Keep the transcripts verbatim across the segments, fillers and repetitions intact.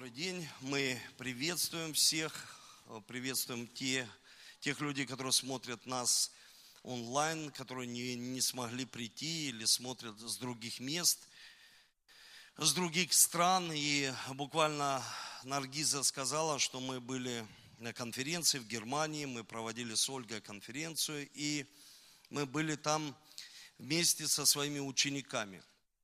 добрый день. Мы приветствуем всех, приветствуем те, тех людей, которые смотрят нас онлайн, которые не, не смогли прийти или смотрят с других мест, с других стран. И буквально Наргиза сказала, что мы были на конференции в Германии, мы проводили с Ольгой конференцию, и мы были там вместе со своими учениками.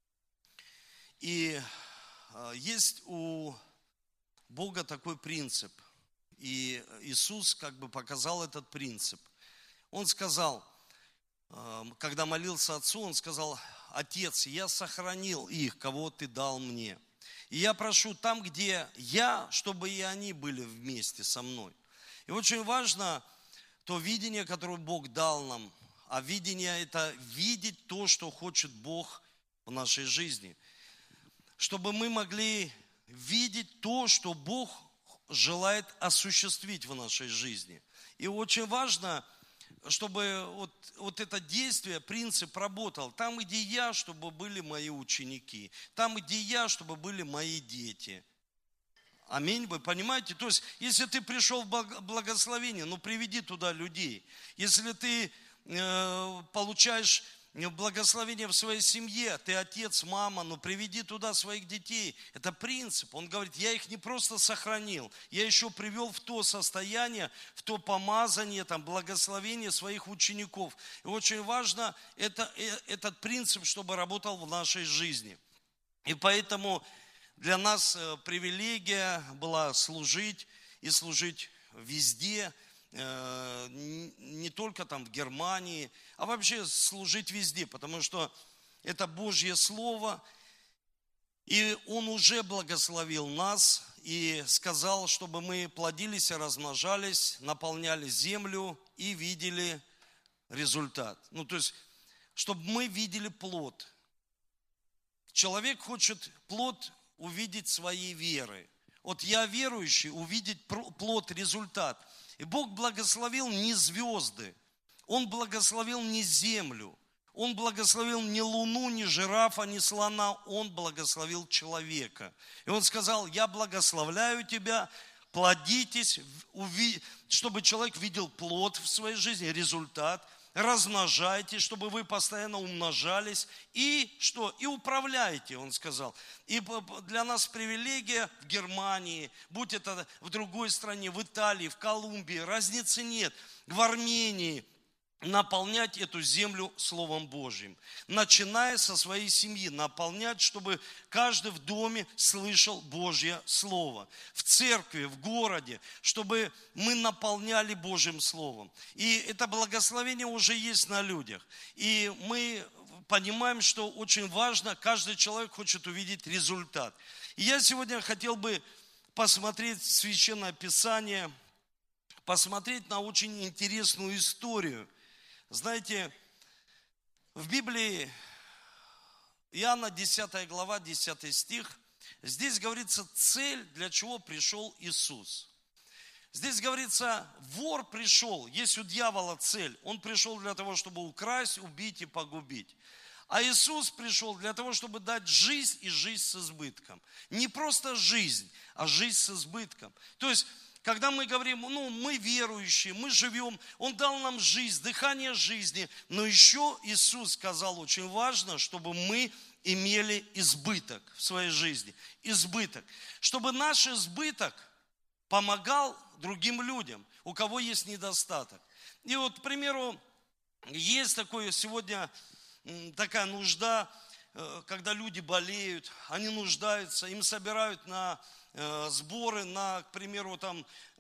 И есть у Бога такой принцип, и Иисус как бы показал этот принцип. Он сказал, когда молился Отцу, Он сказал: Отец, я сохранил их, кого Ты дал мне. И я прошу там, где я, чтобы и они были вместе со мной. И очень важно то видение, которое Бог дал нам. А видение – это видеть то, что хочет Бог в нашей жизни. Чтобы мы могли видеть то, что Бог желает осуществить в нашей жизни. И очень важно, чтобы вот, вот это действие, принцип работал. Там, где я, чтобы были мои ученики. Там, где я, чтобы были мои дети. Аминь, вы понимаете? То есть, если ты пришел в благословение, ну приведи туда людей. Если ты э, получаешь благословение в своей семье, ты отец, мама, ну приведи туда своих детей. Это принцип. Он говорит, я их не просто сохранил, я еще привел в то состояние, в то помазание, там, благословение своих учеников. И очень важно это, этот принцип, чтобы работал в нашей жизни. И поэтому для нас привилегия была служить и служить везде, не только там в Германии, а вообще служить везде, потому что это Божье Слово, и Он уже благословил нас и сказал, чтобы мы плодились и размножались, наполняли землю и видели результат. Ну, то есть, чтобы мы видели плод. Человек хочет плод увидеть своей веры. Вот я верующий, увидеть плод, результат. И Бог благословил не звезды, Он благословил не землю, Он благословил не луну, не жирафа, не слона, Он благословил человека. И Он сказал, я благословляю тебя, плодитесь, чтобы человек видел плод в своей жизни, результат. Размножайтесь, чтобы вы постоянно умножались. И что? И управляйте, Он сказал. И для нас привилегия в Германии, будь это в другой стране, в Италии, в Колумбии, разницы нет, в Армении, наполнять эту землю Словом Божьим. Начиная со своей семьи, наполнять, чтобы каждый в доме слышал Божье Слово. В церкви, в городе, чтобы мы наполняли Божьим Словом. И это благословение уже есть на людях. И мы понимаем, что очень важно, каждый человек хочет увидеть результат. И я сегодня хотел бы посмотреть Священное Писание, посмотреть на очень интересную историю. Знаете, в Библии, Иоанна десятая глава, десятый стих, здесь говорится цель, для чего пришел Иисус. Здесь говорится, вор пришел, есть у дьявола цель, он пришел для того, чтобы украсть, убить и погубить. А Иисус пришел для того, чтобы дать жизнь и жизнь с избытком. Не просто жизнь, а жизнь с избытком. То есть, когда мы говорим, ну, мы верующие, мы живем, Он дал нам жизнь, дыхание жизни. Но еще Иисус сказал, очень важно, чтобы мы имели избыток в своей жизни. Избыток. Чтобы наш избыток помогал другим людям, у кого есть недостаток. И вот, к примеру, есть такое сегодня, такая нужда, когда люди болеют, они нуждаются, им собирают на сборы на, к примеру, там,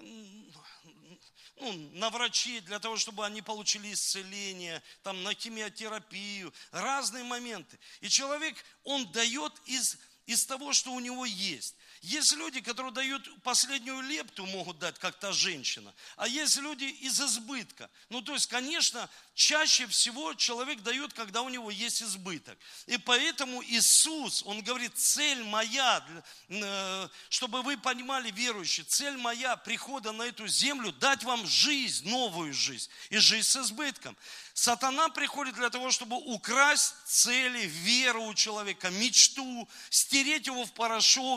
ну, на врачей, для того, чтобы они получили исцеление, там, на химиотерапию, разные моменты. И человек, он дает из, из того, что у него есть. Есть люди, которые дают последнюю лепту, могут дать, как та женщина. А есть люди из избытка. Ну, то есть, конечно, чаще всего человек дает, когда у него есть избыток. И поэтому Иисус, Он говорит, цель моя, чтобы вы понимали, верующие, цель моя прихода на эту землю, дать вам жизнь, новую жизнь. И жизнь с избытком. Сатана приходит для того, чтобы украсть цели, веру у человека, мечту, стереть его в порошок, просто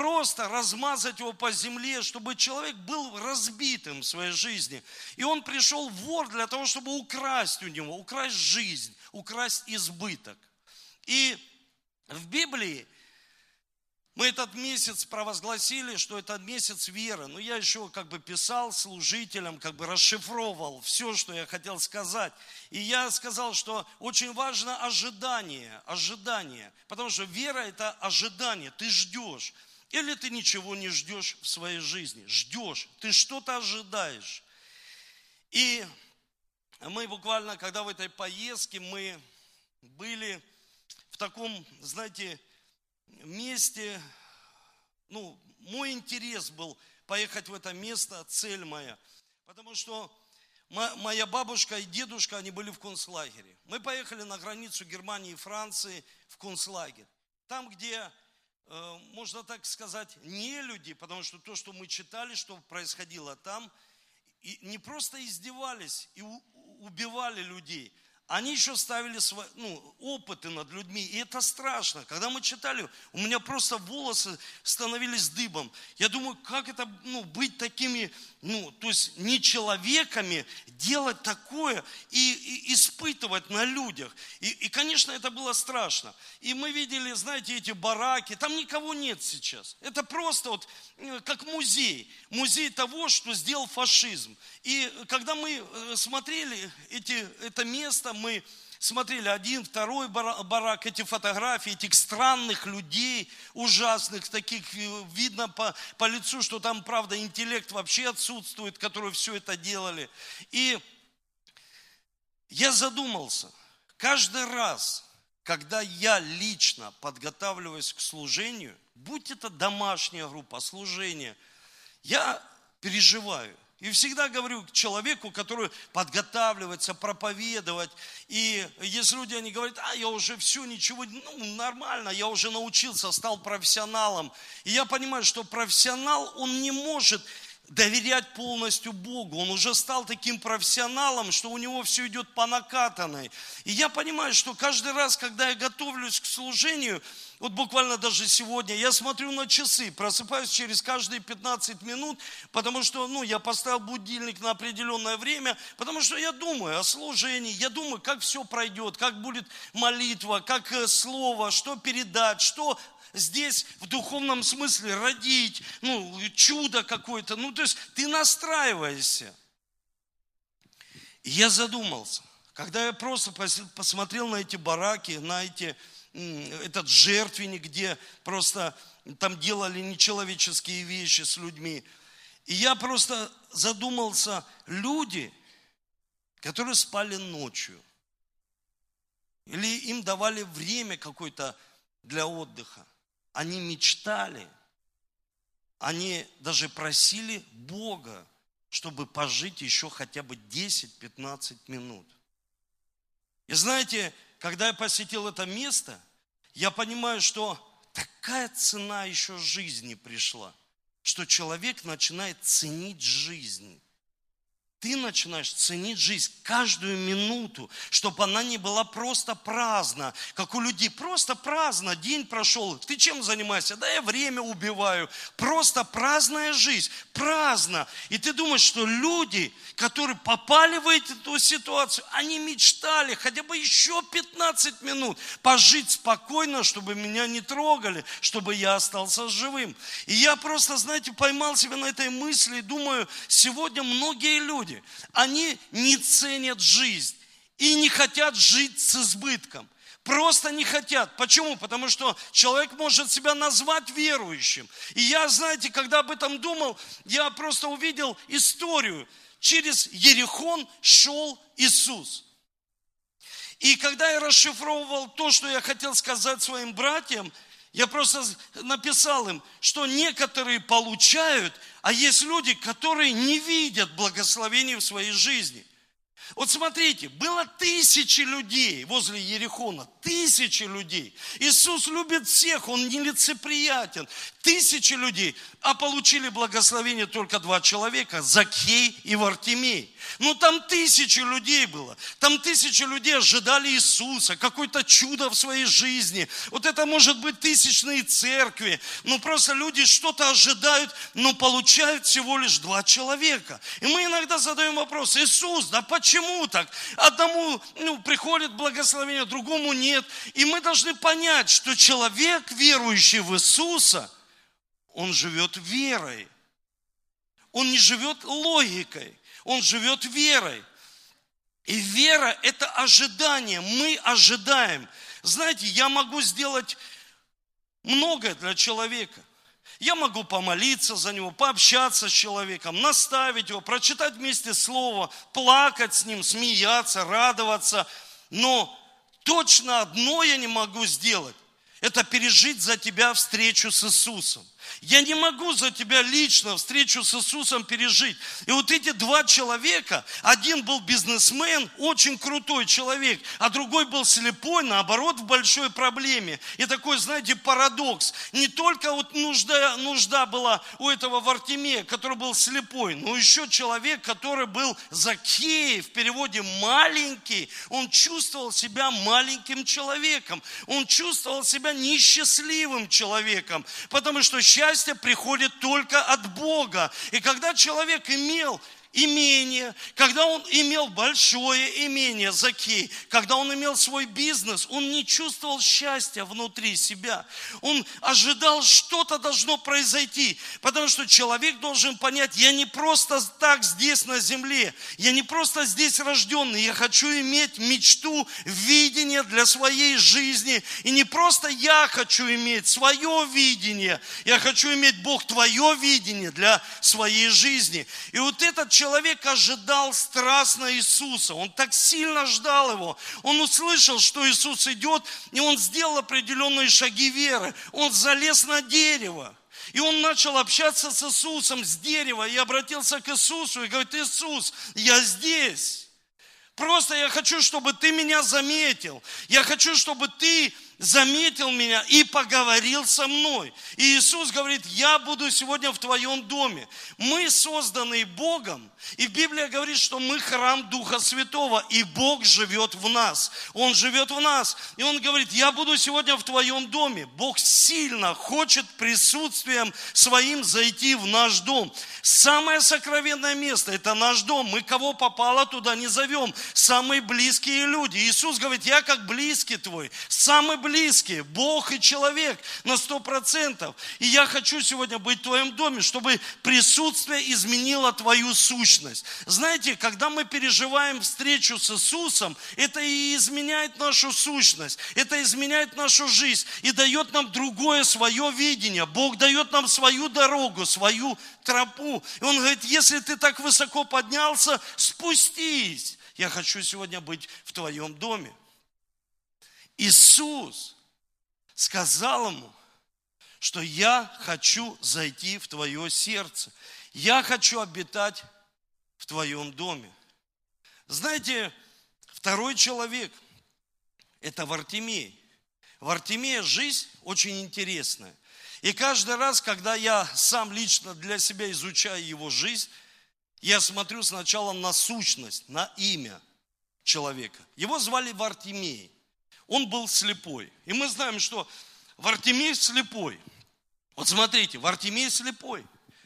просто размазать его по земле, чтобы человек был разбитым в своей жизни. И он пришел вор для того, чтобы украсть у него, украсть жизнь, украсть избыток. И в Библии мы этот месяц провозгласили, что это месяц веры. Но я еще как бы писал служителям, как бы расшифровал все, что я хотел сказать. И я сказал, что очень важно ожидание, ожидание. Потому что вера – это ожидание, ты ждешь. Или ты ничего не ждешь в своей жизни, ждешь, ты что-то ожидаешь. И мы буквально, когда в этой поездке, мы были в таком, знаете, месте, ну, мой интерес был поехать в это место, цель моя, потому что моя бабушка и дедушка, они были в концлагере. Мы поехали на границу Германии и Франции в концлагерь, там, где, можно так сказать, не люди, потому что то, что мы читали, что происходило там, и не просто издевались и убивали людей, они еще ставили свои, ну, опыты над людьми. И это страшно. Когда мы читали, у меня просто волосы становились дыбом. Я думаю, как это, ну, быть такими, ну, то есть не человеками, делать такое и, и испытывать на людях. И, и, конечно, это было страшно. И мы видели, знаете, эти бараки. Там никого нет сейчас. Это просто вот как музей. Музей того, что сделал фашизм. И когда мы смотрели эти, это место, мы смотрели один, второй барак, эти фотографии, этих странных людей, ужасных, таких, видно по, по лицу, что там, правда, интеллект вообще отсутствует, которые все это делали. И я задумался, каждый раз, когда я лично подготавливаюсь к служению, будь это домашняя группа, служение, я переживаю. И всегда говорю к человеку, который подготавливается проповедовать. И если люди, они говорят, а я уже все, ничего, ну нормально, я уже научился, стал профессионалом. И я понимаю, что профессионал, он не может доверять полностью Богу. Он уже стал таким профессионалом, что у него все идет по накатанной. И я понимаю, что каждый раз, когда я готовлюсь к служению, вот буквально даже сегодня, я смотрю на часы, просыпаюсь через каждые пятнадцать минут, потому что, ну, я поставил будильник на определенное время, потому что я думаю о служении, я думаю, как все пройдет, как будет молитва, как слово, что передать, что здесь в духовном смысле родить, ну, чудо какое-то. Ну, то есть ты настраиваешься. И я задумался, когда я просто посмотрел на эти бараки, на эти, этот жертвенник, где просто там делали нечеловеческие вещи с людьми. И я просто задумался, люди, которые спали ночью, или им давали время какое-то для отдыха, они мечтали, они даже просили Бога, чтобы пожить еще хотя бы десять-пятнадцать минут. И знаете, когда я посетил это место, я понимаю, что такая цена еще жизни пришла, что человек начинает ценить жизнь. Ты начинаешь ценить жизнь, каждую минуту, чтобы она не была просто праздна, как у людей. Просто праздно, день прошел. Ты чем занимаешься? Да я время убиваю. Просто праздная жизнь, праздно. И ты думаешь, что люди, которые попали в эту ситуацию, они мечтали хотя бы еще пятнадцать минут пожить спокойно, чтобы меня не трогали, чтобы я остался живым. И я просто, знаете, поймал себя на этой мысли и думаю, сегодня многие люди, они не ценят жизнь и не хотят жить с избытком. Просто не хотят. Почему? Потому что человек может себя назвать верующим. И я, знаете, когда об этом думал, я просто увидел историю. Через Ерихон шел Иисус. И когда я расшифровывал то, что я хотел сказать своим братьям, я просто написал им, что некоторые получают, а есть люди, которые не видят благословений в своей жизни. Вот смотрите, было тысячи людей возле Иерихона, тысячи людей. Иисус любит всех, Он нелицеприятен. Тысячи людей, а получили благословение только два человека, Закхей и Вартимей. Ну там тысячи людей было, там тысячи людей ожидали Иисуса, какое-то чудо в своей жизни. Вот это может быть тысячные церкви, ну просто люди что-то ожидают, но получают всего лишь два человека. И мы иногда задаем вопрос: Иисус, да почему так? Одному ну, приходит благословение, другому нет. И мы должны понять, что человек, верующий в Иисуса, он живет верой. Он не живет логикой, он живет верой. И вера – это ожидание, мы ожидаем. Знаете, я могу сделать многое для человека. Я могу помолиться за него, пообщаться с человеком, наставить его, прочитать вместе слово, плакать с ним, смеяться, радоваться. Но точно одно я не могу сделать – это пережить за тебя встречу с Иисусом. Я не могу за тебя лично встречу с Иисусом пережить. И вот эти два человека, один был бизнесмен, очень крутой человек, а другой был слепой, наоборот, в большой проблеме. И такой, знаете, парадокс. Не только вот нужда, нужда была у этого Вартимея, который был слепой, но еще человек, который был Закхей, в переводе маленький. Он чувствовал себя маленьким человеком. Он чувствовал себя несчастливым человеком, потому что счастье приходит только от Бога. И когда человек имел имение, когда он имел большое имение, Закхей, когда он имел свой бизнес, он не чувствовал счастья внутри себя. Он ожидал, что-то должно произойти, потому что человек должен понять: я не просто так здесь на земле, я не просто здесь рожденный, я хочу иметь мечту, видение для своей жизни. И не просто я хочу иметь свое видение, я хочу иметь, Бог, твое видение для своей жизни. И вот этот человек ожидал страстно Иисуса. Он так сильно ждал Его. Он услышал, что Иисус идет, и он сделал определенные шаги веры. Он залез на дерево. И он начал общаться с Иисусом с дерева и обратился к Иисусу и говорит: Иисус, я здесь. Просто я хочу, чтобы ты меня заметил. Я хочу, чтобы ты заметил меня и поговорил со мной. И Иисус говорит: я буду сегодня в твоем доме. Мы созданы Богом, и Библия говорит, что мы храм Духа Святого, и Бог живет в нас. Он живет в нас. И Он говорит: я буду сегодня в твоем доме. Бог сильно хочет присутствием своим зайти в наш дом. Самое сокровенное место – это наш дом. Мы кого попало туда не зовем. Самые близкие люди. Иисус говорит: я как близкий твой. Самый близкий, Бог и человек на сто процентов. И я хочу сегодня быть в твоем доме, чтобы присутствие изменило твою сущность. Знаете, когда мы переживаем встречу с Иисусом, это и изменяет нашу сущность, это изменяет нашу жизнь и дает нам другое свое видение. Бог дает нам свою дорогу, свою тропу. И Он говорит: если ты так высоко поднялся, спустись. Я хочу сегодня быть в твоем доме. Иисус сказал ему, что я хочу зайти в твое сердце. Я хочу обитать в твоем доме. Знаете, второй человек – это Вартимей. Вартимея жизнь очень интересная. И каждый раз, когда я сам лично для себя изучаю его жизнь, я смотрю сначала на сущность, на имя человека. Его звали Вартимей. Он был слепой. И мы знаем, что Вартимей слепой. Вот смотрите, Вартимей слепой.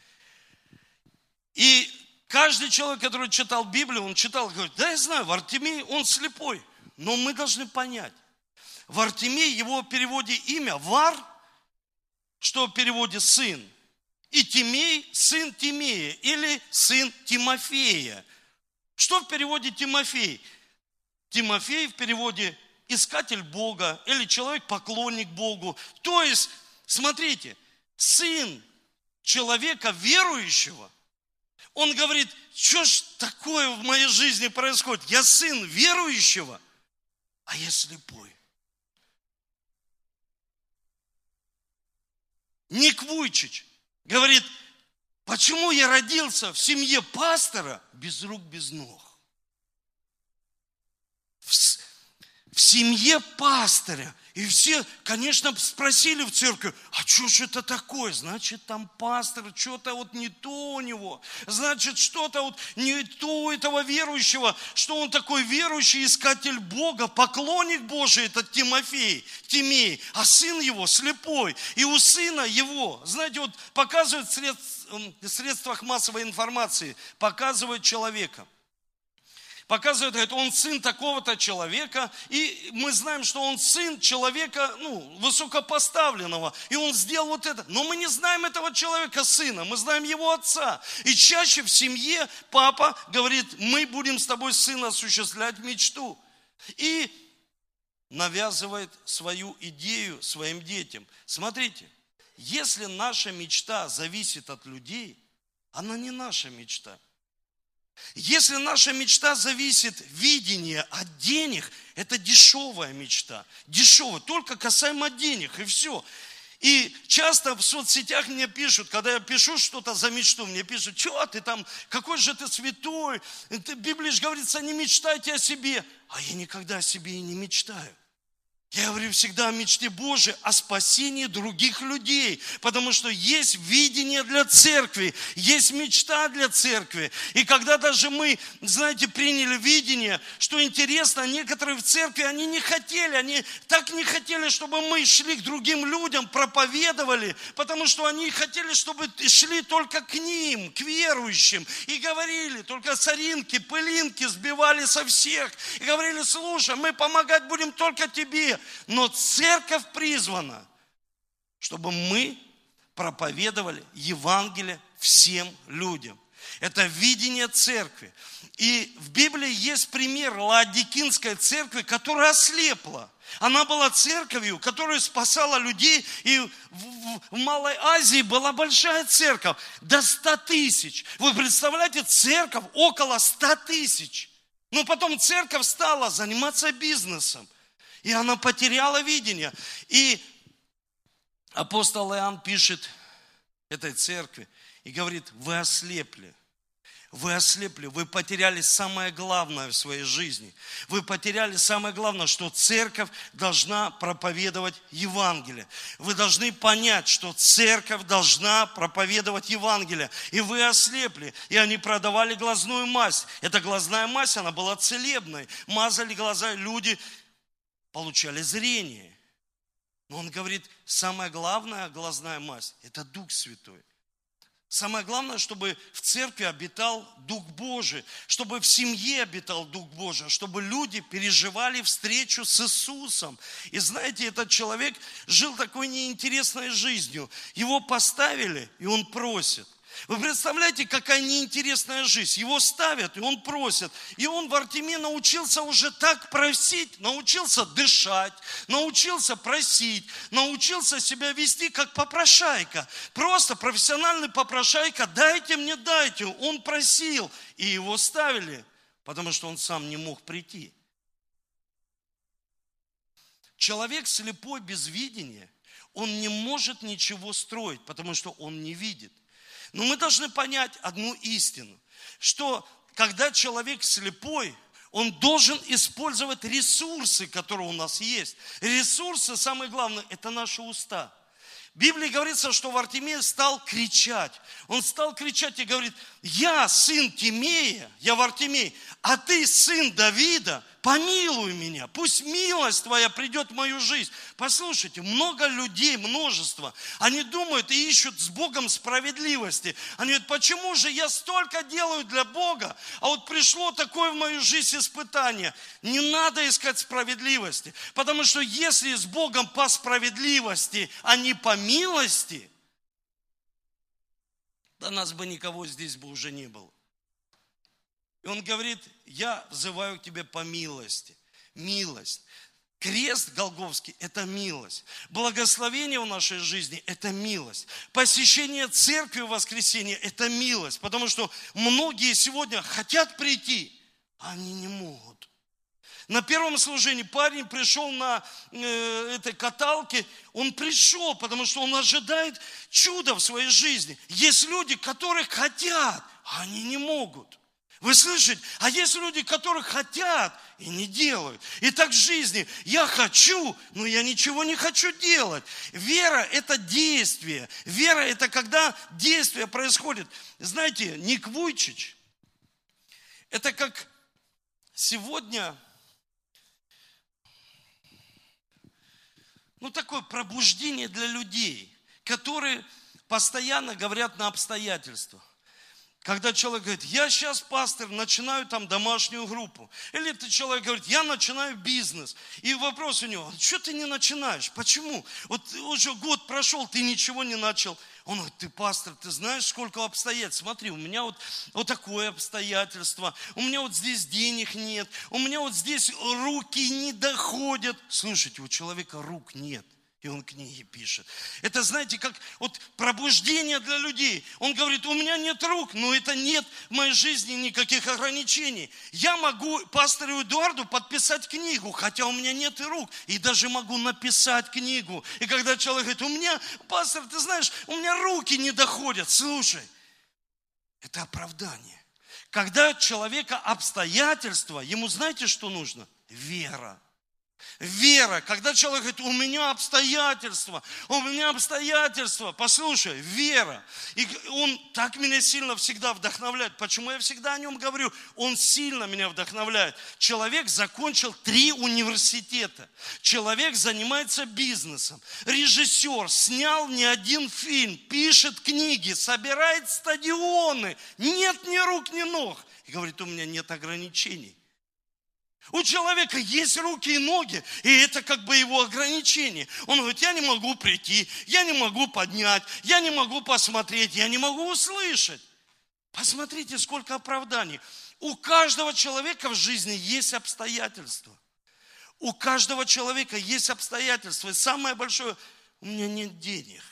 И каждый человек, который читал Библию, он читал, говорит: да, я знаю, Вартимей, он слепой. Но мы должны понять. Вартимей, его в переводе имя Вар, что в переводе сын. И Тимей, сын Тимея или сын Тимофея. Что в переводе Тимофей? Тимофей в переводе искатель Бога или человек-поклонник Богу. То есть, смотрите, сын человека верующего, он говорит: что ж такое в моей жизни происходит? Я сын верующего, а я слепой. Ник Вуйчич говорит: почему я родился в семье пастора без рук, без ног? в семье пастыря. И все, конечно, спросили в церкви, а что же это такое? Значит, там пастор, что-то вот не то у него. Значит, что-то вот не то у этого верующего, что он такой верующий, искатель Бога, поклонник Божий, этот Тимофей, Тимей, а сын его слепой. И у сына его, знаете, вот показывают в средствах массовой информации, показывают человека. Показывает, говорит, он сын такого-то человека, и мы знаем, что он сын человека, ну, высокопоставленного, и он сделал вот это. Но мы не знаем этого человека сына, мы знаем его отца. И чаще в семье папа говорит, мы будем с тобой, сын, осуществлять мечту. И навязывает свою идею своим детям. Смотрите, если наша мечта зависит от людей, она не наша мечта. Если наша мечта зависит видение от денег, это дешевая мечта. Дешевая, только касаемо денег, и все. И часто в соцсетях мне пишут, когда я пишу что-то за мечту, мне пишут, что ты там, какой же ты святой, в Библии же говорится, не мечтайте о себе. А я никогда о себе и не мечтаю. Я говорю всегда о мечте Божией, о спасении других людей, потому что есть видение для церкви, есть мечта для церкви. И когда даже мы, знаете, приняли видение, что интересно, некоторые в церкви, они не хотели, они так не хотели, чтобы мы шли к другим людям, проповедовали, потому что они хотели, чтобы шли только к ним, к верующим, и говорили, только соринки, пылинки сбивали со всех, и говорили, слушай, мы помогать будем только тебе. Но церковь призвана, чтобы мы проповедовали Евангелие всем людям. Это видение церкви. И в Библии есть пример Лаодикийской церкви, которая ослепла. Она была церковью, которая спасала людей. И в, в Малой Азии была большая церковь, до ста тысяч. Вы представляете, церковь около ста тысяч. Но потом церковь стала заниматься бизнесом. И она потеряла видение. И апостол Иоанн пишет этой церкви и говорит, вы ослепли. Вы ослепли, вы потеряли самое главное в своей жизни. Вы потеряли самое главное, что церковь должна проповедовать Евангелие. Вы должны понять, что церковь должна проповедовать Евангелие. И вы ослепли. И они продавали глазную мазь. Эта глазная мазь, она была целебной. Мазали глаза, люди получали зрение. Но он говорит, самая главная глазная мазь – это Дух Святой. Самое главное, чтобы в церкви обитал Дух Божий, чтобы в семье обитал Дух Божий, чтобы люди переживали встречу с Иисусом. И знаете, этот человек жил такой неинтересной жизнью. Его поставили, и он просит. Вы представляете, какая неинтересная жизнь. Его ставят, и он просит. И он в Артеме научился уже так просить, научился дышать, научился просить, научился себя вести как попрошайка. Просто профессиональный попрошайка, дайте мне, дайте. Он просил, и его ставили, потому что он сам не мог прийти. Человек слепой без видения, он не может ничего строить, потому что он не видит. Но мы должны понять одну истину, что когда человек слепой, он должен использовать ресурсы, которые у нас есть. Ресурсы, самое главное, это наши уста. В Библии говорится, что в Артемии стал кричать. Он стал кричать и говорит, я сын Тимея, я в Артемии, а ты сын Давида, помилуй меня, пусть милость твоя придет в мою жизнь. Послушайте, много людей, множество, они думают и ищут с Богом справедливости. Они говорят, почему же я столько делаю для Бога, а вот пришло такое в мою жизнь испытание. Не надо искать справедливости, потому что если с Богом по справедливости, а не по милости, до нас бы никого здесь бы уже не было. И он говорит, я взываю к тебе по милости. Милость. Крест Голгофский – это милость. Благословение в нашей жизни – это милость. Посещение церкви в воскресенье – это милость. Потому что многие сегодня хотят прийти, а они не могут. На первом служении парень пришел на э, этой каталке, он пришел, потому что он ожидает чуда в своей жизни. Есть люди, которые хотят, а они не могут. Вы слышите? А есть люди, которые хотят и не делают. И так в жизни. Я хочу, но я ничего не хочу делать. Вера – это действие. Вера – это когда действие происходит. Знаете, Ник Вуйчич, это как сегодня, ну, такое пробуждение для людей, которые постоянно говорят на обстоятельства. Когда человек говорит, я сейчас, пастор, начинаю там домашнюю группу. Или ты человек говорит, я начинаю бизнес. И вопрос у него, что ты не начинаешь? Почему? Вот уже год прошел, ты ничего не начал. Он говорит, ты пастор, ты знаешь, сколько обстоятельств? Смотри, у меня вот, вот такое обстоятельство. У меня вот здесь денег нет. У меня вот здесь руки не доходят. Слушайте, у человека рук нет. И он книги пишет. Это, знаете, как вот пробуждение для людей. Он говорит, у меня нет рук, но это нет в моей жизни никаких ограничений. Я могу пастору Эдуарду подписать книгу, хотя у меня нет и рук. И даже могу написать книгу. И когда человек говорит, у меня, пастор, ты знаешь, у меня руки не доходят. Слушай, это оправдание. Когда человека обстоятельства, ему знаете, что нужно? Вера. Вера, когда человек говорит, у меня обстоятельства, у меня обстоятельства, послушай, вера. И он так меня сильно всегда вдохновляет. Почему я всегда о нем говорю? Он сильно меня вдохновляет. Человек закончил три университета. Человек занимается бизнесом. Режиссер, снял не один фильм, пишет книги, собирает стадионы. Нет ни рук, ни ног. И говорит, у меня нет ограничений. У человека есть руки и ноги, и это как бы его ограничение. Он говорит, я не могу прийти, я не могу поднять, я не могу посмотреть, я не могу услышать. Посмотрите, сколько оправданий. У каждого человека в жизни есть обстоятельства. У каждого человека есть обстоятельства. И самое большое, у меня нет денег.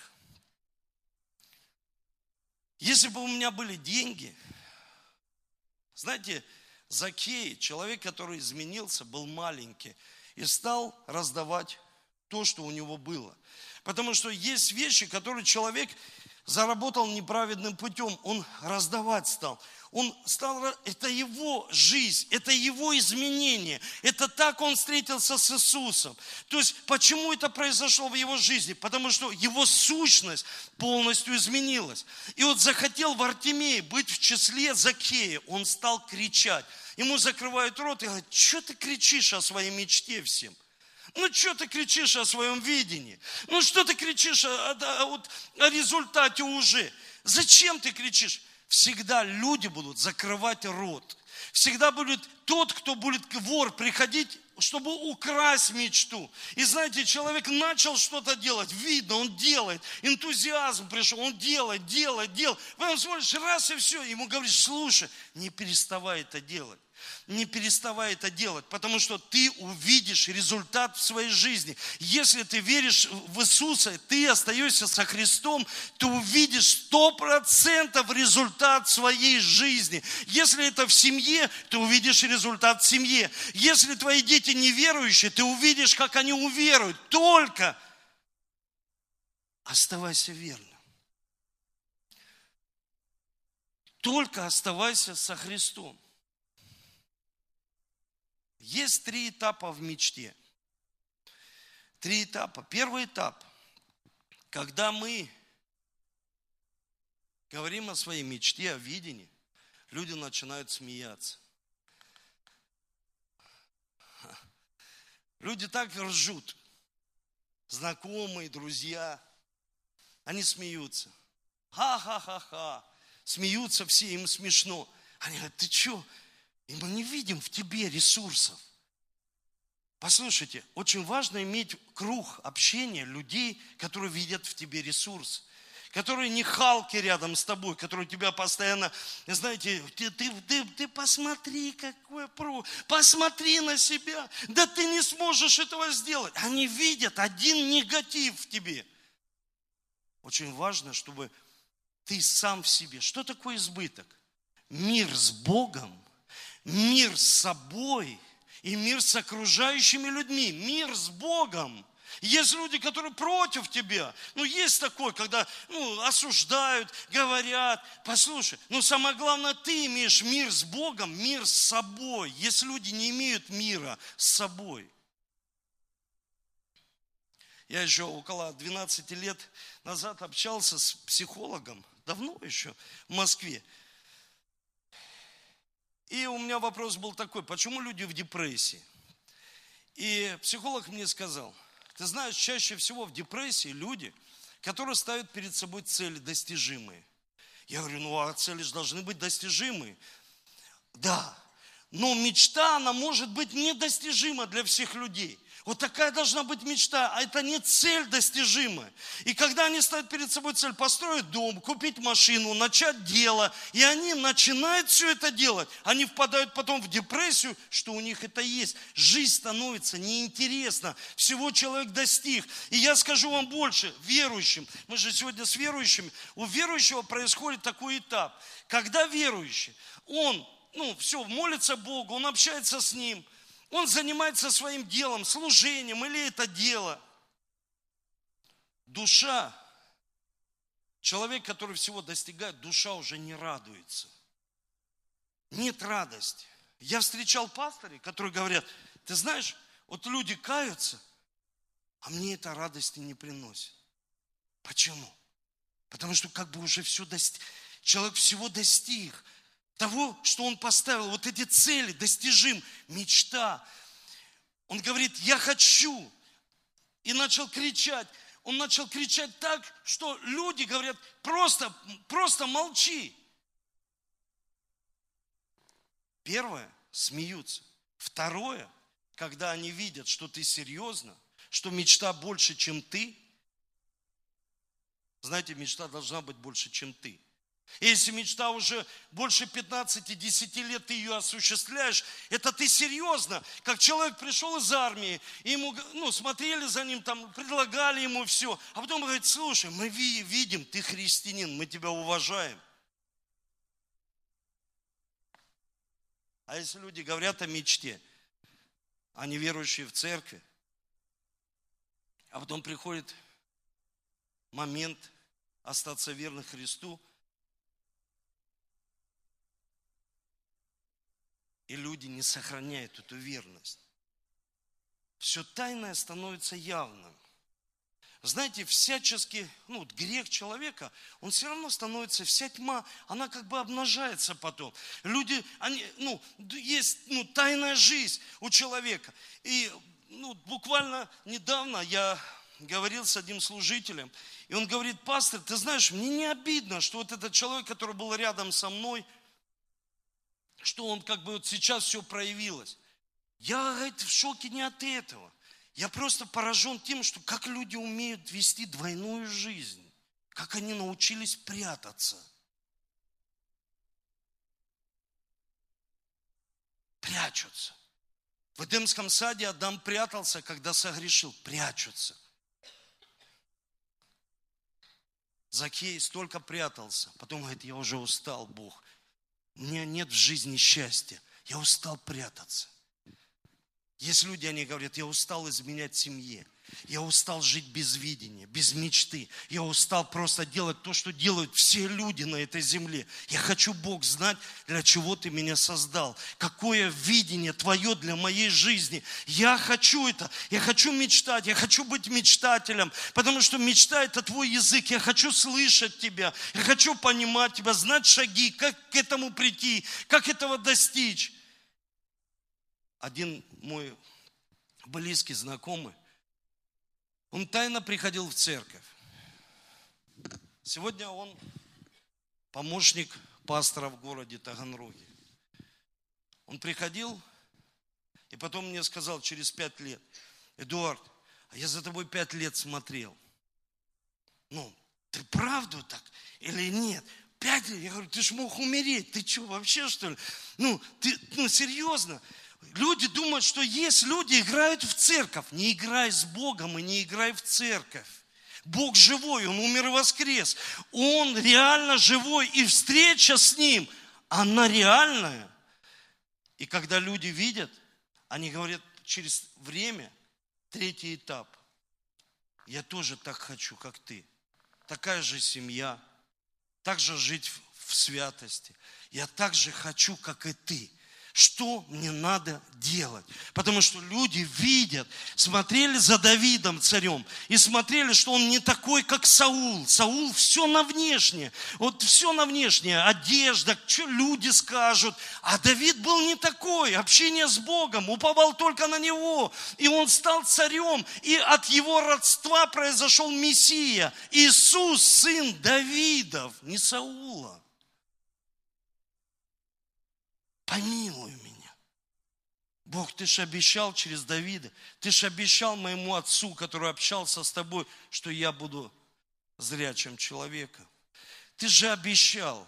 Если бы у меня были деньги, знаете, Закей, человек, который изменился, был маленький и стал раздавать то, что у него было. Потому что есть вещи, которые человек заработал неправедным путем, он раздавать стал. Он стал, это его жизнь, это его изменение. Это так он встретился с Иисусом. То есть, почему это произошло в его жизни? Потому что его сущность полностью изменилась. И вот захотел Вартимей быть в числе Закея. Он стал кричать. Ему закрывают рот и говорят, что ты кричишь о своей мечте всем? Ну, что ты кричишь о своем видении? Ну, что ты кричишь о, о, о, о результате уже? Зачем ты кричишь? Всегда люди будут закрывать рот. Всегда будет тот, кто будет вор приходить, чтобы украсть мечту. И знаете, человек начал что-то делать, видно, он делает, энтузиазм пришел, он делает, делает, делает. Потом смотришь, раз и все, ему говоришь, слушай, не переставай это делать. Не переставай это делать, потому что ты увидишь результат в своей жизни. Если ты веришь в Иисуса, ты остаешься со Христом, ты увидишь сто процентов результат своей жизни. Если это в семье, ты увидишь результат в семье. Если твои дети неверующие, ты увидишь, как они уверуют. Только оставайся верным. Только оставайся со Христом. Есть три этапа в мечте. Три этапа. Первый этап, когда мы говорим о своей мечте, о видении, люди начинают смеяться. Люди так ржут. Знакомые, друзья, они смеются. Ха-ха-ха-ха. Смеются все, им смешно. Они говорят, ты что? И мы не видим в тебе ресурсов. Послушайте, очень важно иметь круг общения людей, которые видят в тебе ресурс. Которые не Халки рядом с тобой, которые тебя постоянно, знаете, ты, ты, ты, ты посмотри, какой про, посмотри на себя. Да ты не сможешь этого сделать. Они видят один негатив в тебе. Очень важно, чтобы ты сам в себе. Что такое избыток? Мир с Богом. Мир с собой и мир с окружающими людьми. Мир с Богом. Есть люди, которые против тебя. Ну, есть такое, когда ну, осуждают, говорят. Послушай, но самое главное, ты имеешь мир с Богом, мир с собой. Есть люди, не имеют мира с собой. Я еще около двенадцати лет назад общался с психологом, давно еще, в Москве. И у меня вопрос был такой, почему люди в депрессии? И психолог мне сказал, ты знаешь, чаще всего в депрессии люди, которые ставят перед собой цели достижимые. Я говорю, ну а цели же должны быть достижимые. Да, но мечта, она может быть недостижима для всех людей. Вот такая должна быть мечта, а это не цель достижимая. И когда они ставят перед собой цель построить дом, купить машину, начать дело, и они начинают все это делать, они впадают потом в депрессию, что у них это есть. Жизнь становится неинтересна, всего человек достиг. И я скажу вам больше, верующим, мы же сегодня с верующими, у верующего происходит такой этап, когда верующий, он, ну все, молится Богу, он общается с Ним, он занимается своим делом, служением или это дело. Душа, человек, который всего достигает, душа уже не радуется. Нет радости. Я встречал пасторов, которые говорят, ты знаешь, вот люди каются, а мне это радости не приносит. Почему? Потому что как бы уже все достиг, человек всего достиг. Того, что он поставил, вот эти цели, достижим, мечта. Он говорит, я хочу. И начал кричать. Он начал кричать так, что люди говорят, просто, просто молчи. Первое, смеются. Второе, когда они видят, что ты серьезно, что мечта больше, чем ты. Знаете, мечта должна быть больше, чем ты. Если мечта уже больше пятнадцати-десяти лет ты ее осуществляешь, это ты серьезно. Как человек пришел из армии, и ему, ну, смотрели за ним, там, предлагали ему все. А потом говорит, слушай, мы видим, ты христианин, мы тебя уважаем. А если люди говорят о мечте, они верующие в церкви, а потом приходит момент остаться верным Христу, и люди не сохраняют эту верность. Все тайное становится явным. Знаете, всячески, ну, вот грех человека, он все равно становится, вся тьма, она как бы обнажается потом. Люди, они, ну, есть, ну, тайная жизнь у человека. И, ну, буквально недавно я говорил с одним служителем, и он говорит, пастор, ты знаешь, мне не обидно, что вот этот человек, который был рядом со мной, что он как бы вот сейчас все проявилось. Я, говорит, в шоке не от этого. Я просто поражен тем, что как люди умеют вести двойную жизнь. Как они научились прятаться. Прячутся. В Эдемском саде Адам прятался, когда согрешил. Прячутся. Закей столько прятался. Потом говорит, я уже устал, Бог. У меня нет в жизни счастья. Я устал прятаться. Есть люди, они говорят, я устал изменять семье. Я устал жить без видения, без мечты. Я устал просто делать то, что делают все люди на этой земле. Я хочу, Бог, знать, для чего Ты меня создал. Какое видение Твое для моей жизни. Я хочу это. Я хочу мечтать. Я хочу быть мечтателем. Потому что мечта – это Твой язык. Я хочу слышать Тебя. Я хочу понимать Тебя, знать шаги, как к этому прийти, как этого достичь. Один мой близкий знакомый, он тайно приходил в церковь. Сегодня он помощник пастора в городе Таганроге. Он приходил и потом мне сказал через пять лет, Эдуард, а я за тобой пять лет смотрел. Ну, ты правду так или нет? Пять лет? Я говорю, ты ж мог умереть. Ты что, вообще что ли? Ну, ты, ну серьезно. Люди думают, что есть люди, играют в церковь. Не играй с Богом и не играй в церковь. Бог живой, Он умер и воскрес. Он реально живой, и встреча с Ним, она реальная. И когда люди видят, они говорят через время, третий этап. Я тоже так хочу, как ты. Такая же семья, так же жить в, в святости. Я так же хочу, как и ты. Что мне надо делать? Потому что люди видят, смотрели за Давидом царем и смотрели, что он не такой, как Саул. Саул все на внешнее, вот все на внешнее, одежда, что люди скажут. А Давид был не такой, общение с Богом, уповал только на Него. И он стал царем, и от его родства произошел Мессия. Иисус, сын Давидов, не Саула. Помилуй меня. Бог, ты же обещал через Давида, ты же обещал моему отцу, который общался с тобой, что я буду зрячим человеком. Ты же обещал.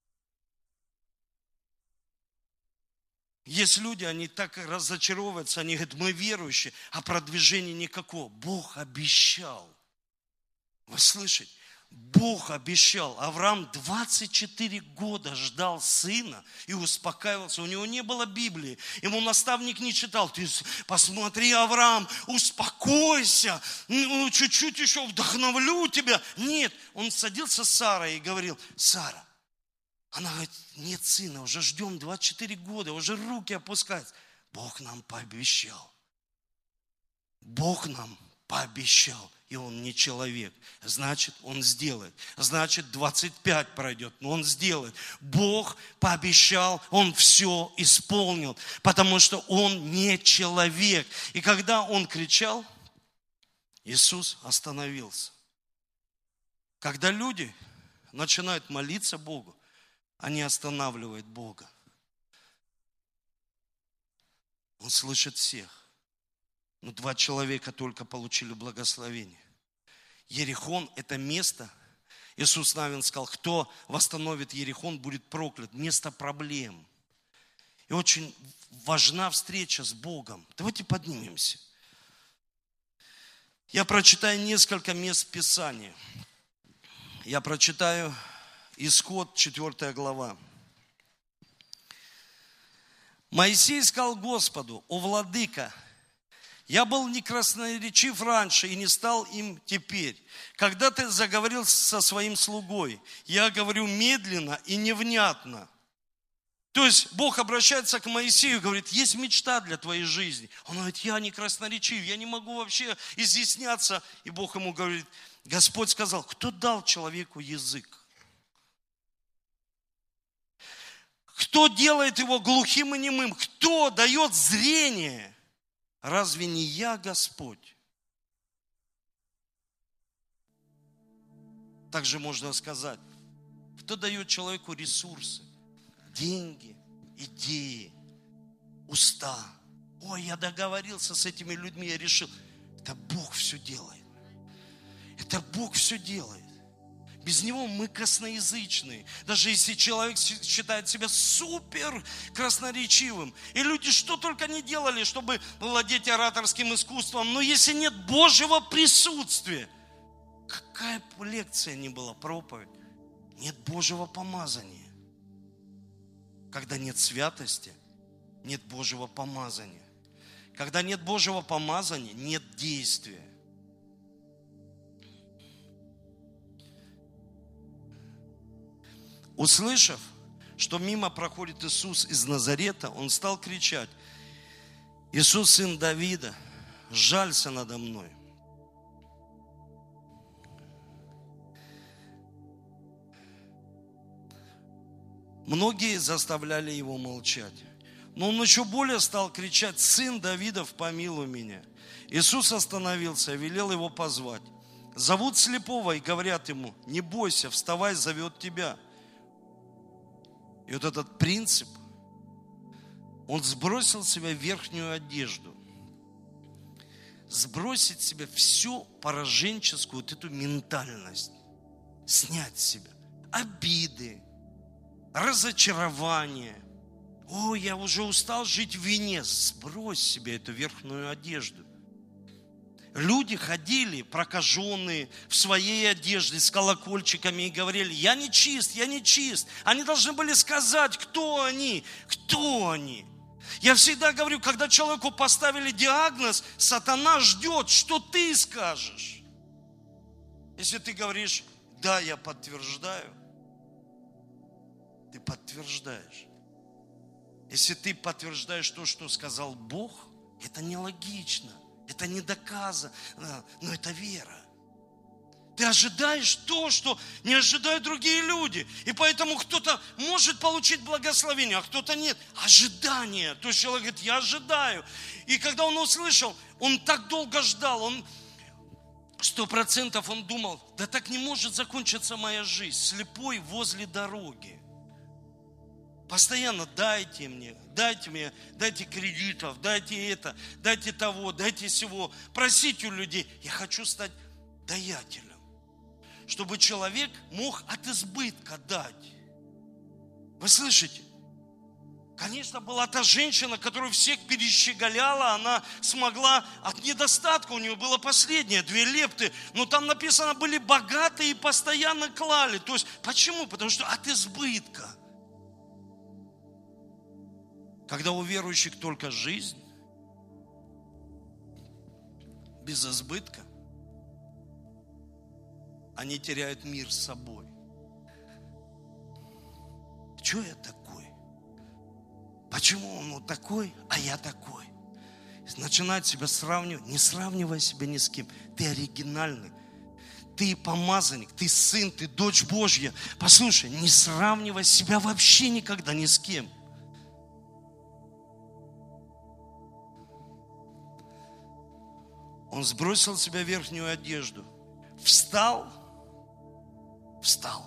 Есть люди, они так разочаровываются, они говорят, мы верующие, а продвижения никакого. Бог обещал. Вы слышите? Бог обещал. Авраам двадцать четыре года ждал сына и успокаивался. У него не было Библии. Ему наставник не читал. Ты посмотри, Авраам, успокойся. Ну, чуть-чуть еще вдохновлю тебя. Нет, он садился с Сарой и говорил, Сара. Она говорит, нет сына, уже ждем двадцать четыре года, уже руки опускаются. Бог нам пообещал. Бог нам пообещал. И он не человек. Значит, он сделает. Значит, двадцать пять пройдет, но он сделает. Бог пообещал, он все исполнил, потому что он не человек. И когда он кричал, Иисус остановился. Когда люди начинают молиться Богу, они останавливают Бога. Он слышит всех. Но два человека только получили благословение. Ерихон – это место, Иисус Навин сказал, кто восстановит Ерихон, будет проклят. Место проблем. И очень важна встреча с Богом. Давайте поднимемся. Я прочитаю несколько мест Писания. Я прочитаю Исход, четвёртая глава. Моисей сказал Господу, о владыка, я был не красноречив раньше и не стал им теперь. Когда ты заговорил со своим слугой, я говорю медленно и невнятно. То есть Бог обращается к Моисею и говорит, есть мечта для твоей жизни. Он говорит, я не красноречив, я не могу вообще изъясняться. И Бог ему говорит, Господь сказал, кто дал человеку язык? Кто делает его глухим и немым? Кто дает зрение? Разве не я, Господь? Также можно сказать, кто дает человеку ресурсы, деньги, идеи, уста. Ой, я договорился с этими людьми, я решил. Это Бог все делает. Это Бог все делает. Без Него мы косноязычные. Даже если человек считает себя супер красноречивым. И люди что только не делали, чтобы владеть ораторским искусством. Но если нет Божьего присутствия, какая бы лекция ни была, проповедь, нет Божьего помазания. Когда нет святости, нет Божьего помазания. Когда нет Божьего помазания, нет действия. Услышав, что мимо проходит Иисус из Назарета, он стал кричать, Иисус, сын Давида, жалься надо мной. Многие заставляли его молчать. Но он еще более стал кричать, сын Давидов, помилуй меня. Иисус остановился, велел его позвать. Зовут слепого и говорят ему, не бойся, вставай, зовет тебя. И вот этот принцип, он сбросил с себя верхнюю одежду. Сбросить с себя всю пораженческую вот эту ментальность. Снять с себя обиды, разочарование. О, я уже устал жить в вине. Сбрось с себя эту верхнюю одежду. Люди ходили, прокаженные, в своей одежде с колокольчиками и говорили, я не чист, я не чист. Они должны были сказать, кто они, кто они. Я всегда говорю, когда человеку поставили диагноз, сатана ждет, что ты скажешь. Если ты говоришь, да, я подтверждаю, ты подтверждаешь. Если ты подтверждаешь то, что сказал Бог, это нелогично, это не доказано, но это вера. Ты ожидаешь то, что не ожидают другие люди. И поэтому кто-то может получить благословение, а кто-то нет. Ожидание. То есть человек говорит, я ожидаю. И когда он услышал, он так долго ждал, он сто процентов он думал, да так не может закончиться моя жизнь, слепой возле дороги. Постоянно дайте мне, дайте мне, дайте кредитов, дайте это, дайте того, дайте сего. Просите у людей, я хочу стать даятелем. Чтобы человек мог от избытка дать. Вы слышите? Конечно, была та женщина, которую всех перещеголяла, она смогла, от недостатка у нее было последнее, две лепты, но там написано, были богатые и постоянно клали. То есть, почему? Потому что от избытка. Когда у верующих только жизнь, без избытка, они теряют мир с собой. Чего я такой? Почему он вот такой, а я такой? Начинает себя сравнивать. Не сравнивай себя ни с кем. Ты оригинальный. Ты помазанник, ты сын, ты дочь Божья. Послушай, не сравнивай себя вообще никогда ни с кем. Он сбросил с себя верхнюю одежду. Встал. Встал.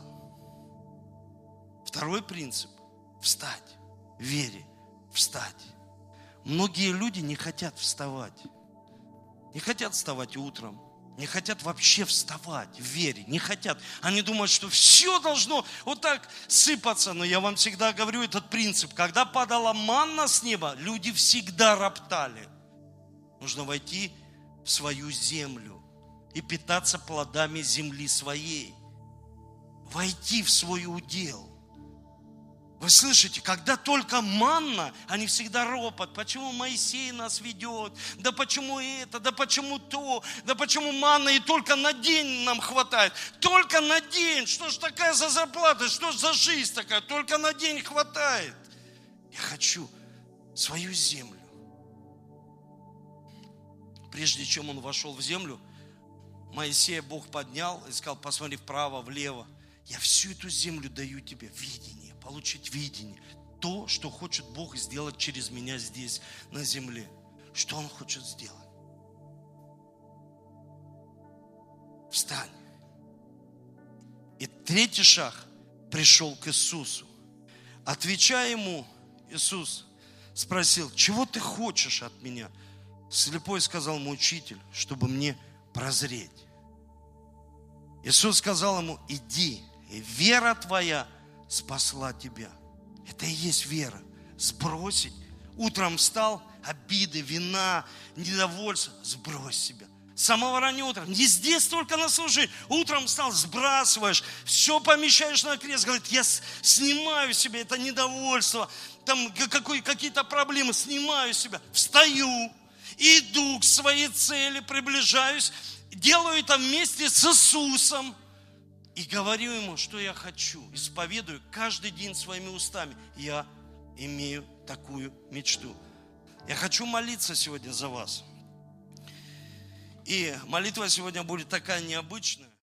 Второй принцип. Встать. В вере. Встать. Многие люди не хотят вставать. Не хотят вставать утром. Не хотят вообще вставать в вере. Не хотят. Они думают, что все должно вот так сыпаться. Но я вам всегда говорю этот принцип. Когда падала манна с неба, люди всегда роптали. Нужно войти в свою землю и питаться плодами земли своей. Войти в свой удел. Вы слышите, когда только манна, они всегда ропот. Почему Моисей нас ведет? Да почему это? Да почему то? Да почему манна и только на день нам хватает? Только на день. Что ж такая за зарплата? Что ж за жизнь такая? Только на день хватает. Я хочу свою землю. Прежде чем он вошел в землю, Моисея Бог поднял и сказал, посмотри вправо, влево. Я всю эту землю даю тебе, видение, получить видение. То, что хочет Бог сделать через меня здесь, на земле. Что Он хочет сделать? Встань. И третий шаг пришел к Иисусу. Отвечая ему, Иисус спросил, чего ты хочешь от меня? Слепой сказал ему, учитель, чтобы мне прозреть. Иисус сказал ему, иди, и вера твоя спасла тебя. Это и есть вера. Сбросить. Утром встал, обиды, вина, недовольство. Сбрось себя. С самого раннего утра. Не здесь только на служении. Утром встал, сбрасываешь. Все помещаешь на крест. Говорит, я снимаю себе это недовольство. Там какой, какие-то проблемы. Снимаю себя. Встаю. Иду к своей цели. Приближаюсь. Делаю это вместе с Иисусом. И говорю ему, что я хочу. Исповедую каждый день своими устами. Я имею такую мечту. Я хочу молиться сегодня за вас. И молитва сегодня будет такая необычная.